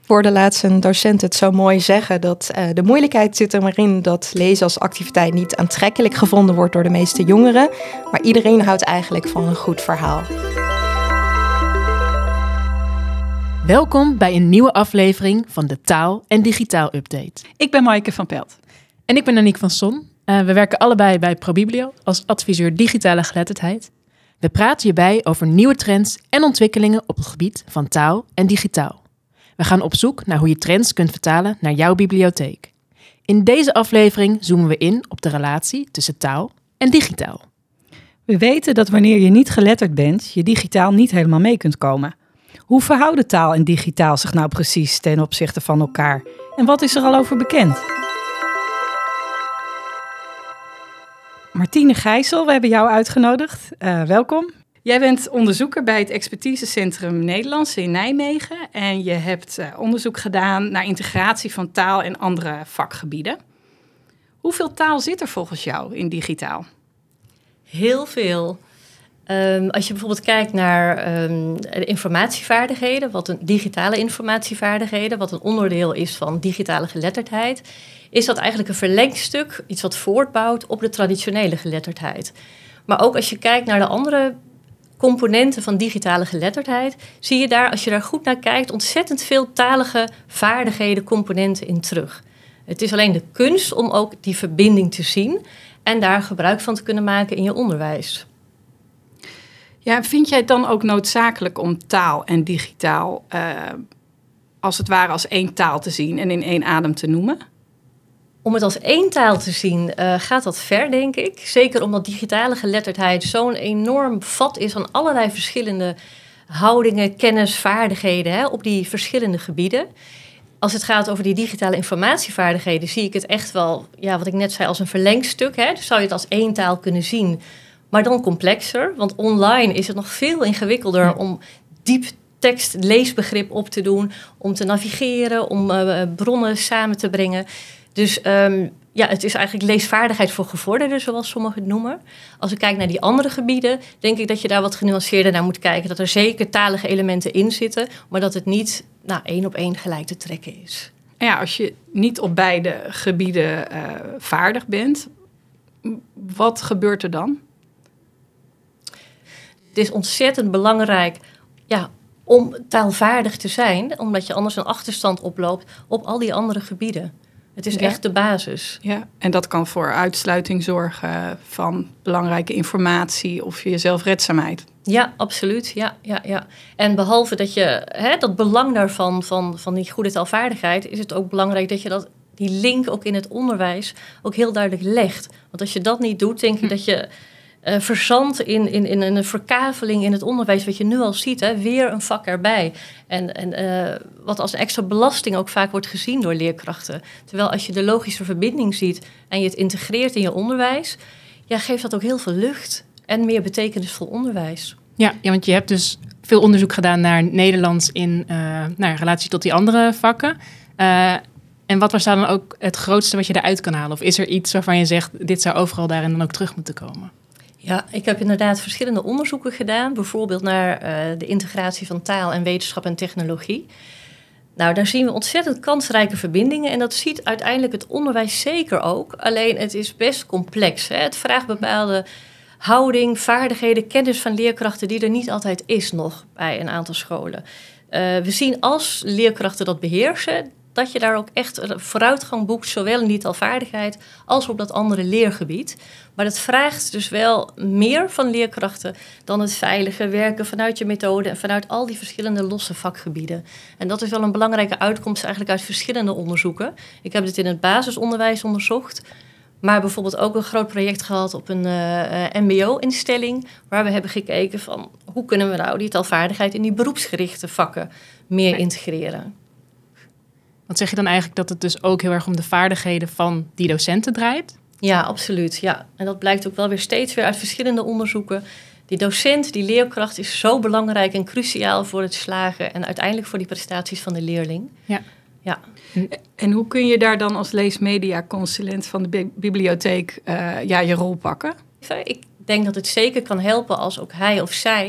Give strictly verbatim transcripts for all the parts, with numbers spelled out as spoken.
hoorde laatst een docent het zo mooi zeggen dat uh, de moeilijkheid zit er maar in dat lezen als activiteit niet aantrekkelijk gevonden wordt door de meeste jongeren, maar iedereen houdt eigenlijk van een goed verhaal. Welkom bij een nieuwe aflevering van de Taal en Digitaal Update. Ik ben Maaike van Pelt. En ik ben Aniek van Son. Uh, we werken allebei bij ProBiblio als adviseur digitale geletterdheid. We praten hierbij over nieuwe trends en ontwikkelingen op het gebied van taal en digitaal. We gaan op zoek naar hoe je trends kunt vertalen naar jouw bibliotheek. In deze aflevering zoomen we in op de relatie tussen taal en digitaal. We weten dat wanneer je niet geletterd bent, je digitaal niet helemaal mee kunt komen. Hoe verhouden taal en digitaal zich nou precies ten opzichte van elkaar? En wat is er al over bekend? Martine Gijssel, we hebben jou uitgenodigd. Uh, welkom. Jij bent onderzoeker bij het Expertisecentrum Nederlands in Nijmegen. En je hebt uh, onderzoek gedaan naar integratie van taal en andere vakgebieden. Hoeveel taal zit er volgens jou in digitaal? Heel veel. Um, als je bijvoorbeeld kijkt naar um, de informatievaardigheden, wat een digitale informatievaardigheden, wat een onderdeel is van digitale geletterdheid, is dat eigenlijk een verlengstuk, iets wat voortbouwt op de traditionele geletterdheid. Maar ook als je kijkt naar de andere componenten van digitale geletterdheid, zie je daar, als je daar goed naar kijkt, ontzettend veel talige vaardigheden, componenten in terug. Het is alleen de kunst om ook die verbinding te zien en daar gebruik van te kunnen maken in je onderwijs. Ja, vind jij het dan ook noodzakelijk om taal en digitaal uh, als het ware als één taal te zien en in één adem te noemen? Om het als één taal te zien uh, gaat dat ver, denk ik. Zeker omdat digitale geletterdheid zo'n enorm vat is aan allerlei verschillende houdingen, kennis, vaardigheden hè, op die verschillende gebieden. Als het gaat over die digitale informatievaardigheden, zie ik het echt wel, ja, wat ik net zei, als een verlengstuk. Hè. Dus zou je het als één taal kunnen zien, maar dan complexer. Want online is het nog veel ingewikkelder ja. om diep tekst, leesbegrip op te doen, om te navigeren, om uh, bronnen samen te brengen. Dus um, ja, het is eigenlijk leesvaardigheid voor gevorderden, zoals sommigen het noemen. Als ik kijk naar die andere gebieden, denk ik dat je daar wat genuanceerder naar moet kijken. Dat er zeker talige elementen in zitten, maar dat het niet nou, één op één gelijk te trekken is. Ja, als je niet op beide gebieden uh, vaardig bent, wat gebeurt er dan? Het is ontzettend belangrijk ja, om taalvaardig te zijn, omdat je anders een achterstand oploopt op al die andere gebieden. Het is ja. echt de basis. Ja, en dat kan voor uitsluiting zorgen van belangrijke informatie of je zelfredzaamheid. Ja, absoluut. Ja, ja, ja. En behalve dat je hè, dat belang daarvan, van, van die goede taalvaardigheid, is het ook belangrijk dat je dat, die link ook in het onderwijs ook heel duidelijk legt. Want als je dat niet doet, denk ik hm. dat je Uh, verzandt in, in, in een verkaveling in het onderwijs, wat je nu al ziet, hè, weer een vak erbij. En, en uh, wat als extra belasting ook vaak wordt gezien door leerkrachten. Terwijl als je de logische verbinding ziet en je het integreert in je onderwijs, ja, geeft dat ook heel veel lucht en meer betekenisvol onderwijs. Ja, ja, want je hebt dus veel onderzoek gedaan naar Nederlands in uh, naar relatie tot die andere vakken. Uh, en wat was dan ook het grootste wat je eruit kan halen? Of is er iets waarvan je zegt, dit zou overal daarin dan ook terug moeten komen? Ja, ik heb inderdaad verschillende onderzoeken gedaan. Bijvoorbeeld naar uh, de integratie van taal en wetenschap en technologie. Nou, daar zien we ontzettend kansrijke verbindingen. En dat ziet uiteindelijk het onderwijs zeker ook. Alleen het is best complex. Hè? Het vraagt bepaalde houding, vaardigheden, kennis van leerkrachten die er niet altijd is nog bij een aantal scholen. Uh, we zien als leerkrachten dat beheersen, dat je daar ook echt vooruitgang boekt, zowel in die taalvaardigheid als op dat andere leergebied. Maar dat vraagt dus wel meer van leerkrachten dan het veilige werken vanuit je methode en vanuit al die verschillende losse vakgebieden. En dat is wel een belangrijke uitkomst eigenlijk uit verschillende onderzoeken. Ik heb dit in het basisonderwijs onderzocht, maar bijvoorbeeld ook een groot project gehad op een uh, M B O-instelling, waar we hebben gekeken van hoe kunnen we nou die taalvaardigheid in die beroepsgerichte vakken meer integreren. Want zeg je dan eigenlijk dat het dus ook heel erg om de vaardigheden van die docenten draait? Ja, absoluut. Ja. En dat blijkt ook wel weer steeds weer uit verschillende onderzoeken. Die docent, die leerkracht is zo belangrijk en cruciaal voor het slagen en uiteindelijk voor die prestaties van de leerling. Ja. Ja. En hoe kun je daar dan als leesmedia-consulent van de bi- bibliotheek uh, ja, je rol pakken? Ik denk dat het zeker kan helpen als ook hij of zij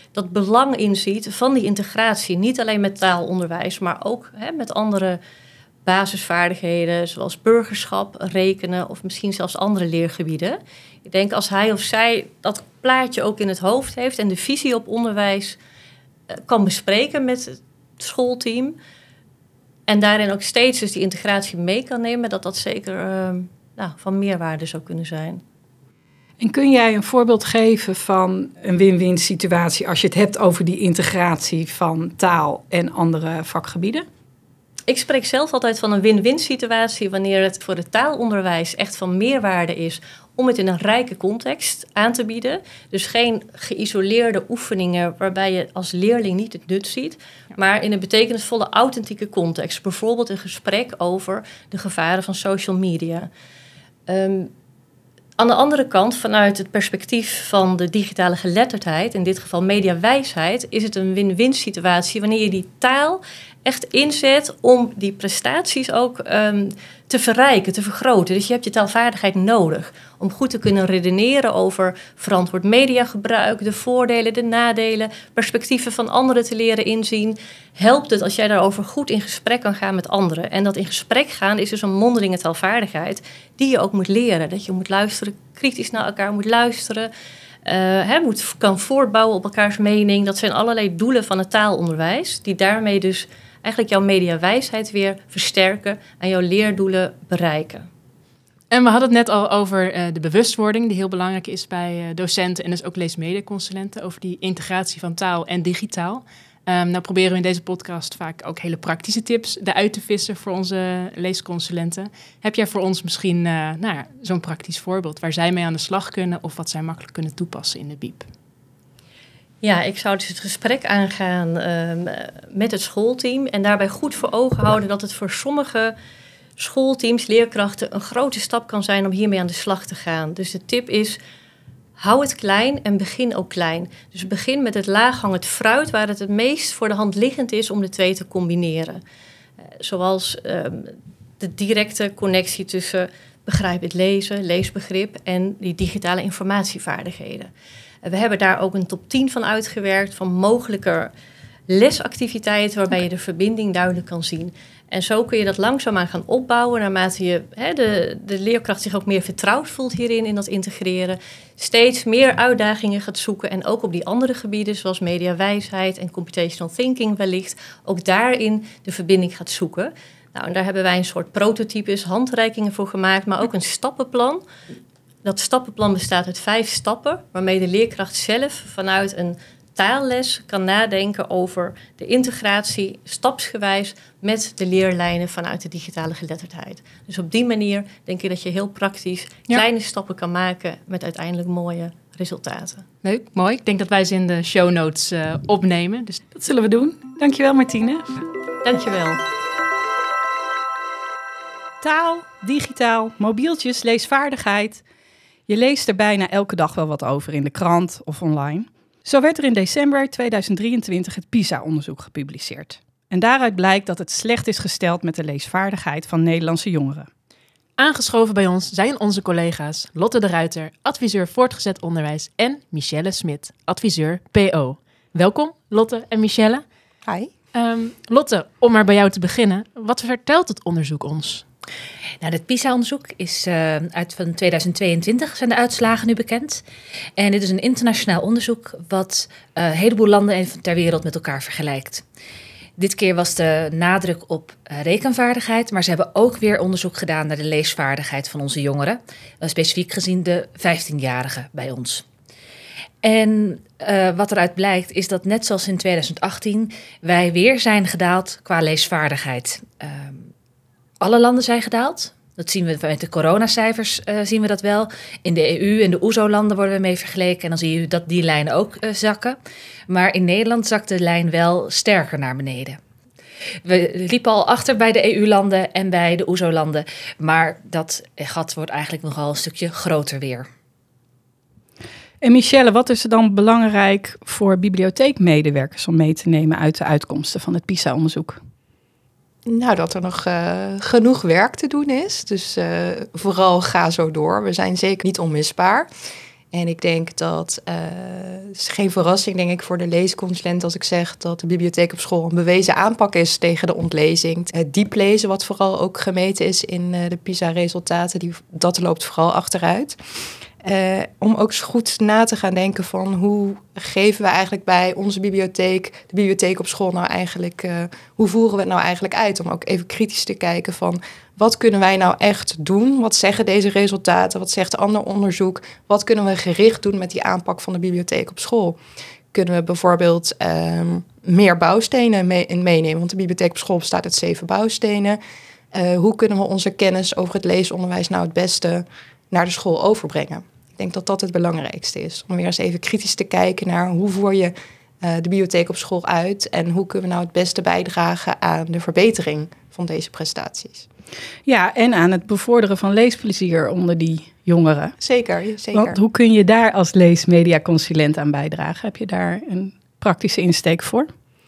dat belang inziet van die integratie. Niet alleen met taalonderwijs, maar ook hè, met andere basisvaardigheden, zoals burgerschap, rekenen of misschien zelfs andere leergebieden. Ik denk als hij of zij dat plaatje ook in het hoofd heeft en de visie op onderwijs uh, kan bespreken met het schoolteam en daarin ook steeds dus die integratie mee kan nemen, dat dat zeker uh, nou, van meerwaarde zou kunnen zijn. En kun jij een voorbeeld geven van een win-win situatie als je het hebt over die integratie van taal en andere vakgebieden? Ik spreek zelf altijd van een win-win situatie wanneer het voor het taalonderwijs echt van meerwaarde is om het in een rijke context aan te bieden. Dus geen geïsoleerde oefeningen waarbij je als leerling niet het nut ziet, maar in een betekenisvolle, authentieke context. Bijvoorbeeld een gesprek over de gevaren van social media. Um, Aan de andere kant, vanuit het perspectief van de digitale geletterdheid, in dit geval mediawijsheid, is het een win-win situatie wanneer je die taal echt inzet om die prestaties ook um, te verrijken, te vergroten. Dus je hebt je taalvaardigheid nodig om goed te kunnen redeneren over verantwoord mediagebruik, de voordelen, de nadelen, perspectieven van anderen te leren inzien. Helpt het als jij daarover goed in gesprek kan gaan met anderen. En dat in gesprek gaan is dus een mondelinge taalvaardigheid die je ook moet leren. Dat je moet luisteren, kritisch naar elkaar moet luisteren, uh, hè, moet, kan voortbouwen op elkaars mening. Dat zijn allerlei doelen van het taalonderwijs die daarmee dus eigenlijk jouw mediawijsheid weer versterken en jouw leerdoelen bereiken. En we hadden het net al over uh, de bewustwording die heel belangrijk is bij uh, docenten en dus ook leesmediaconsulenten over die integratie van taal en digitaal. Um, nou proberen we in deze podcast vaak ook hele praktische tips eruit te vissen voor onze leesconsulenten. Heb jij voor ons misschien uh, nou ja, zo'n praktisch voorbeeld waar zij mee aan de slag kunnen of wat zij makkelijk kunnen toepassen in de B I E P? Ja, ik zou dus het gesprek aangaan uh, met het schoolteam en daarbij goed voor ogen houden dat het voor sommige schoolteams, leerkrachten, een grote stap kan zijn om hiermee aan de slag te gaan. Dus de tip is, hou het klein en begin ook klein. Dus begin met het laaghangend fruit waar het het meest voor de hand liggend is om de twee te combineren. Uh, zoals uh, de directe connectie tussen begrijpend lezen, leesbegrip en die digitale informatievaardigheden. We hebben daar ook een top tien van uitgewerkt van mogelijke lesactiviteiten waarbij je de verbinding duidelijk kan zien. En zo kun je dat langzaamaan gaan opbouwen naarmate je, hè, de, de leerkracht zich ook meer vertrouwd voelt hierin, in dat integreren. Steeds meer uitdagingen gaat zoeken en ook op die andere gebieden zoals mediawijsheid en computational thinking wellicht ook daarin de verbinding gaat zoeken. Nou, en daar hebben wij een soort prototypes, handreikingen voor gemaakt, maar ook een stappenplan. Dat stappenplan bestaat uit vijf stappen, waarmee de leerkracht zelf vanuit een taalles kan nadenken over de integratie stapsgewijs met de leerlijnen vanuit de digitale geletterdheid. Dus op die manier denk ik dat je heel praktisch kleine ja. stappen kan maken met uiteindelijk mooie resultaten. Leuk, mooi. Ik denk dat wij ze in de show notes uh, opnemen. Dus dat zullen we doen. Dankjewel, Martine. Dankjewel. Taal, digitaal, mobieltjes, leesvaardigheid. Je leest er bijna elke dag wel wat over in de krant of online. Zo werd er in december tweeduizend drieëntwintig het PISA-onderzoek gepubliceerd. En daaruit blijkt dat het slecht is gesteld met de leesvaardigheid van Nederlandse jongeren. Aangeschoven bij ons zijn onze collega's Lotte de Ruiter, adviseur voortgezet onderwijs, en Michelle Smit, adviseur P O. Welkom, Lotte en Michelle. Hi. Um, Lotte, om maar bij jou te beginnen, wat vertelt het onderzoek ons? Nou, het PISA-onderzoek is uh, uit van tweeduizend tweeëntwintig, zijn de uitslagen nu bekend. En dit is een internationaal onderzoek wat uh, een heleboel landen ter wereld met elkaar vergelijkt. Dit keer was de nadruk op uh, rekenvaardigheid, maar ze hebben ook weer onderzoek gedaan naar de leesvaardigheid van onze jongeren. Uh, specifiek gezien de vijftienjarigen bij ons. En uh, wat eruit blijkt is dat net zoals in tweeduizend achttien wij weer zijn gedaald qua leesvaardigheid. Uh, Alle landen zijn gedaald. Dat zien we met de coronacijfers, uh, zien we dat wel. In de E U en de O E S O-landen worden we mee vergeleken. En dan zie je dat die lijnen ook uh, zakken. Maar in Nederland zakt de lijn wel sterker naar beneden. We liepen al achter bij de E U-landen en bij de O E S O-landen. Maar dat gat wordt eigenlijk nogal een stukje groter weer. En Michelle, wat is er dan belangrijk voor bibliotheekmedewerkers om mee te nemen uit de uitkomsten van het PISA-onderzoek? Nou, dat er nog uh, genoeg werk te doen is. Dus uh, vooral ga zo door. We zijn zeker niet onmisbaar. En ik denk dat, uh, het is geen verrassing denk ik voor de leesconsulent als ik zeg dat de bibliotheek op school een bewezen aanpak is tegen de ontlezing. Het diep lezen, wat vooral ook gemeten is in uh, de PISA-resultaten, die, dat loopt vooral achteruit. Uh, om ook eens goed na te gaan denken van hoe geven we eigenlijk bij onze bibliotheek, de bibliotheek op school nou eigenlijk, uh, hoe voeren we het nou eigenlijk uit? Om ook even kritisch te kijken van wat kunnen wij nou echt doen? Wat zeggen deze resultaten? Wat zegt ander onderzoek? Wat kunnen we gericht doen met die aanpak van de bibliotheek op school? Kunnen we bijvoorbeeld um, meer bouwstenen mee, in meenemen? Want de bibliotheek op school bestaat uit zeven bouwstenen. Uh, hoe kunnen we onze kennis over het leesonderwijs nou het beste naar de school overbrengen? Ik denk dat dat het belangrijkste is. Om weer eens even kritisch te kijken naar hoe voer je uh, de bibliotheek op school uit en hoe kunnen we nou het beste bijdragen aan de verbetering van deze prestaties. Ja, en aan het bevorderen van leesplezier onder die jongeren. Zeker, zeker. Want hoe kun je daar als leesmediaconsulent aan bijdragen? Heb je daar een praktische insteek voor?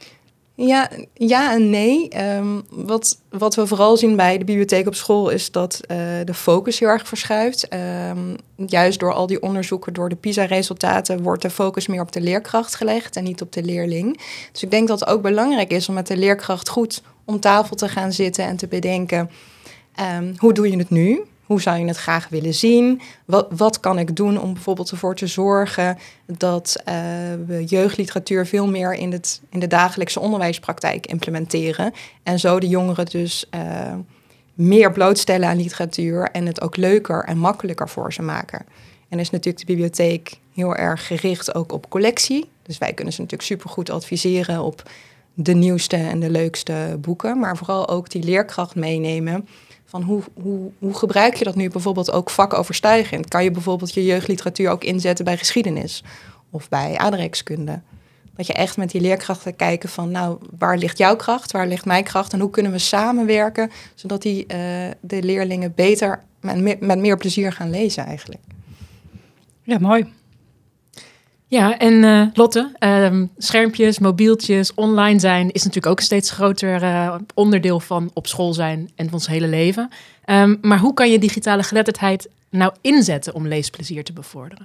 Ja, ja en nee. Um, wat, wat we vooral zien bij de bibliotheek op school is dat uh, de focus heel erg verschuift. Um, juist door al die onderzoeken, door de PISA-resultaten, wordt de focus meer op de leerkracht gelegd en niet op de leerling. Dus ik denk dat het ook belangrijk is om met de leerkracht goed om tafel te gaan zitten en te bedenken, um, hoe doe je het nu? Hoe zou je het graag willen zien? Wat, wat kan ik doen om bijvoorbeeld ervoor te zorgen dat uh, we jeugdliteratuur veel meer in, het, in de dagelijkse onderwijspraktijk implementeren. En zo de jongeren dus uh, meer blootstellen aan literatuur en het ook leuker en makkelijker voor ze maken. En is natuurlijk de bibliotheek heel erg gericht ook op collectie. Dus wij kunnen ze natuurlijk supergoed adviseren op de nieuwste en de leukste boeken. Maar vooral ook die leerkracht meenemen. Van hoe, hoe, hoe gebruik je dat nu bijvoorbeeld ook vakoverstijgend? Kan je bijvoorbeeld je jeugdliteratuur ook inzetten bij geschiedenis of bij aardrijkskunde? Dat je echt met die leerkrachten kijken van, nou, waar ligt jouw kracht, waar ligt mijn kracht en hoe kunnen we samenwerken zodat die, uh, de leerlingen beter met, met meer plezier gaan lezen eigenlijk. Ja, mooi. Ja, en uh, Lotte, uh, schermpjes, mobieltjes, online zijn is natuurlijk ook een steeds groter uh, onderdeel van op school zijn en van ons hele leven. Um, maar hoe kan je digitale geletterdheid nou inzetten om leesplezier te bevorderen?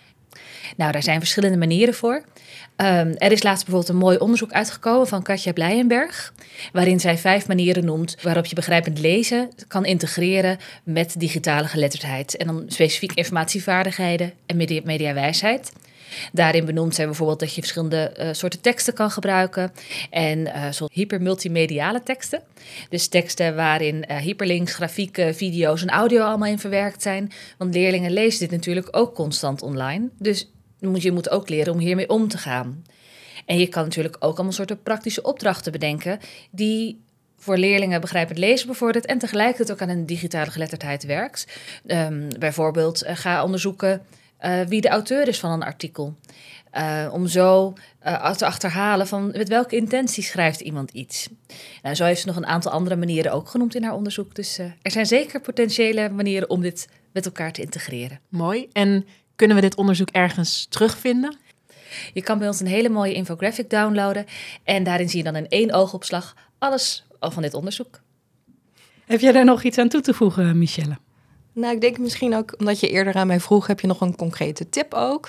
Nou, daar zijn verschillende manieren voor. Um, er is laatst bijvoorbeeld een mooi onderzoek uitgekomen van Katja Blijenberg, waarin zij vijf manieren noemt waarop je begrijpend lezen kan integreren met digitale geletterdheid. En dan specifiek informatievaardigheden en media- mediawijsheid. Daarin benoemt zij bijvoorbeeld dat je verschillende uh, soorten teksten kan gebruiken. En uh, zoals hypermultimediale teksten. Dus teksten waarin uh, hyperlinks, grafieken, video's en audio allemaal in verwerkt zijn. Want leerlingen lezen dit natuurlijk ook constant online. Dus je moet ook leren om hiermee om te gaan. En je kan natuurlijk ook allemaal soorten praktische opdrachten bedenken die voor leerlingen begrijpend lezen bevordert en tegelijkertijd ook aan een digitale geletterdheid werkt. Um, bijvoorbeeld uh, ga onderzoeken Uh, wie de auteur is van een artikel. Uh, om zo uh, te achterhalen van met welke intentie schrijft iemand iets. Nou, zo heeft ze nog een aantal andere manieren ook genoemd in haar onderzoek. Dus uh, er zijn zeker potentiële manieren om dit met elkaar te integreren. Mooi. En kunnen we dit onderzoek ergens terugvinden? Je kan bij ons een hele mooie infographic downloaden. En daarin zie je dan in één oogopslag alles van dit onderzoek. Heb jij daar nog iets aan toe te voegen, Michelle? Nou, ik denk misschien ook, omdat je eerder aan mij vroeg, heb je nog een concrete tip ook.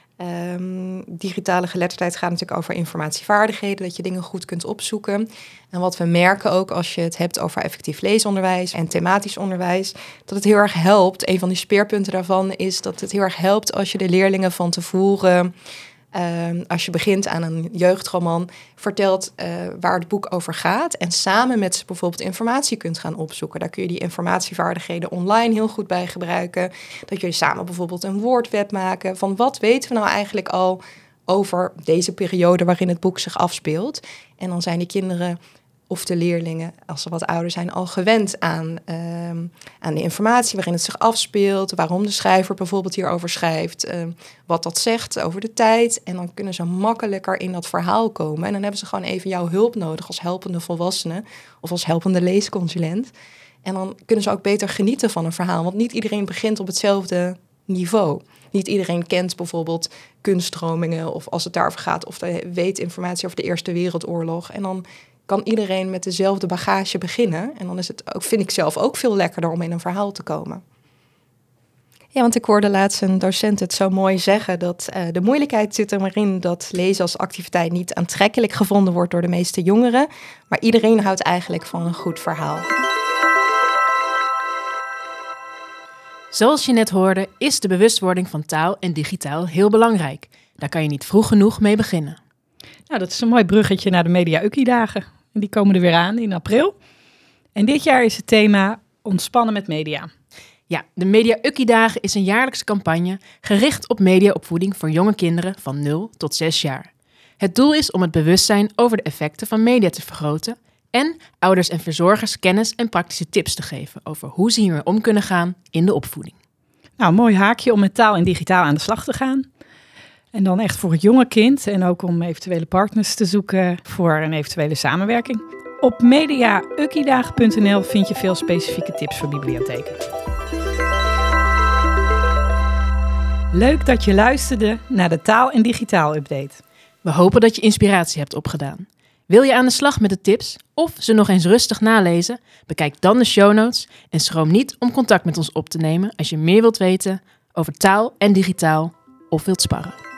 Um, digitale geletterdheid gaat natuurlijk over informatievaardigheden, dat je dingen goed kunt opzoeken. En wat we merken ook als je het hebt over effectief leesonderwijs en thematisch onderwijs, dat het heel erg helpt. Een van die speerpunten daarvan is dat het heel erg helpt als je de leerlingen van tevoren, Uh, als je begint aan een jeugdroman, vertelt uh, waar het boek over gaat en samen met ze bijvoorbeeld informatie kunt gaan opzoeken. Daar kun je die informatievaardigheden online heel goed bij gebruiken. Dat jullie samen bijvoorbeeld een woordweb maken van wat weten we nou eigenlijk al over deze periode waarin het boek zich afspeelt. En dan zijn die kinderen of de leerlingen, als ze wat ouder zijn, al gewend aan, uh, aan de informatie waarin het zich afspeelt, waarom de schrijver bijvoorbeeld hierover schrijft, uh, wat dat zegt over de tijd. En dan kunnen ze makkelijker in dat verhaal komen. En dan hebben ze gewoon even jouw hulp nodig als helpende volwassene of als helpende leesconsulent. En dan kunnen ze ook beter genieten van een verhaal, want niet iedereen begint op hetzelfde niveau. Niet iedereen kent bijvoorbeeld kunststromingen of als het daarover gaat of weet informatie over de Eerste Wereldoorlog. En dan kan iedereen met dezelfde bagage beginnen. En dan is het ook, vind ik zelf ook veel lekkerder om in een verhaal te komen. Ja, want ik hoorde laatst een docent het zo mooi zeggen dat uh, de moeilijkheid zit er maar in dat lezen als activiteit niet aantrekkelijk gevonden wordt door de meeste jongeren, maar iedereen houdt eigenlijk van een goed verhaal. Zoals je net hoorde, is de bewustwording van taal en digitaal heel belangrijk. Daar kan je niet vroeg genoeg mee beginnen. Nou, dat is een mooi bruggetje naar de Media Ukkie-dagen. En die komen er weer aan in april. En dit jaar is het thema ontspannen met media. Ja, de Media Ukkie-dagen is een jaarlijkse campagne gericht op mediaopvoeding voor jonge kinderen van nul tot zes jaar. Het doel is om het bewustzijn over de effecten van media te vergroten en ouders en verzorgers kennis en praktische tips te geven over hoe ze hiermee om kunnen gaan in de opvoeding. Nou, een mooi haakje om met taal en digitaal aan de slag te gaan. En dan echt voor het jonge kind en ook om eventuele partners te zoeken voor een eventuele samenwerking. Op media ukkiedagen punt n l vind je veel specifieke tips voor bibliotheken. Leuk dat je luisterde naar de Taal en Digitaal Update. We hopen dat je inspiratie hebt opgedaan. Wil je aan de slag met de tips of ze nog eens rustig nalezen? Bekijk dan de show notes en schroom niet om contact met ons op te nemen als je meer wilt weten over taal en digitaal of wilt sparren.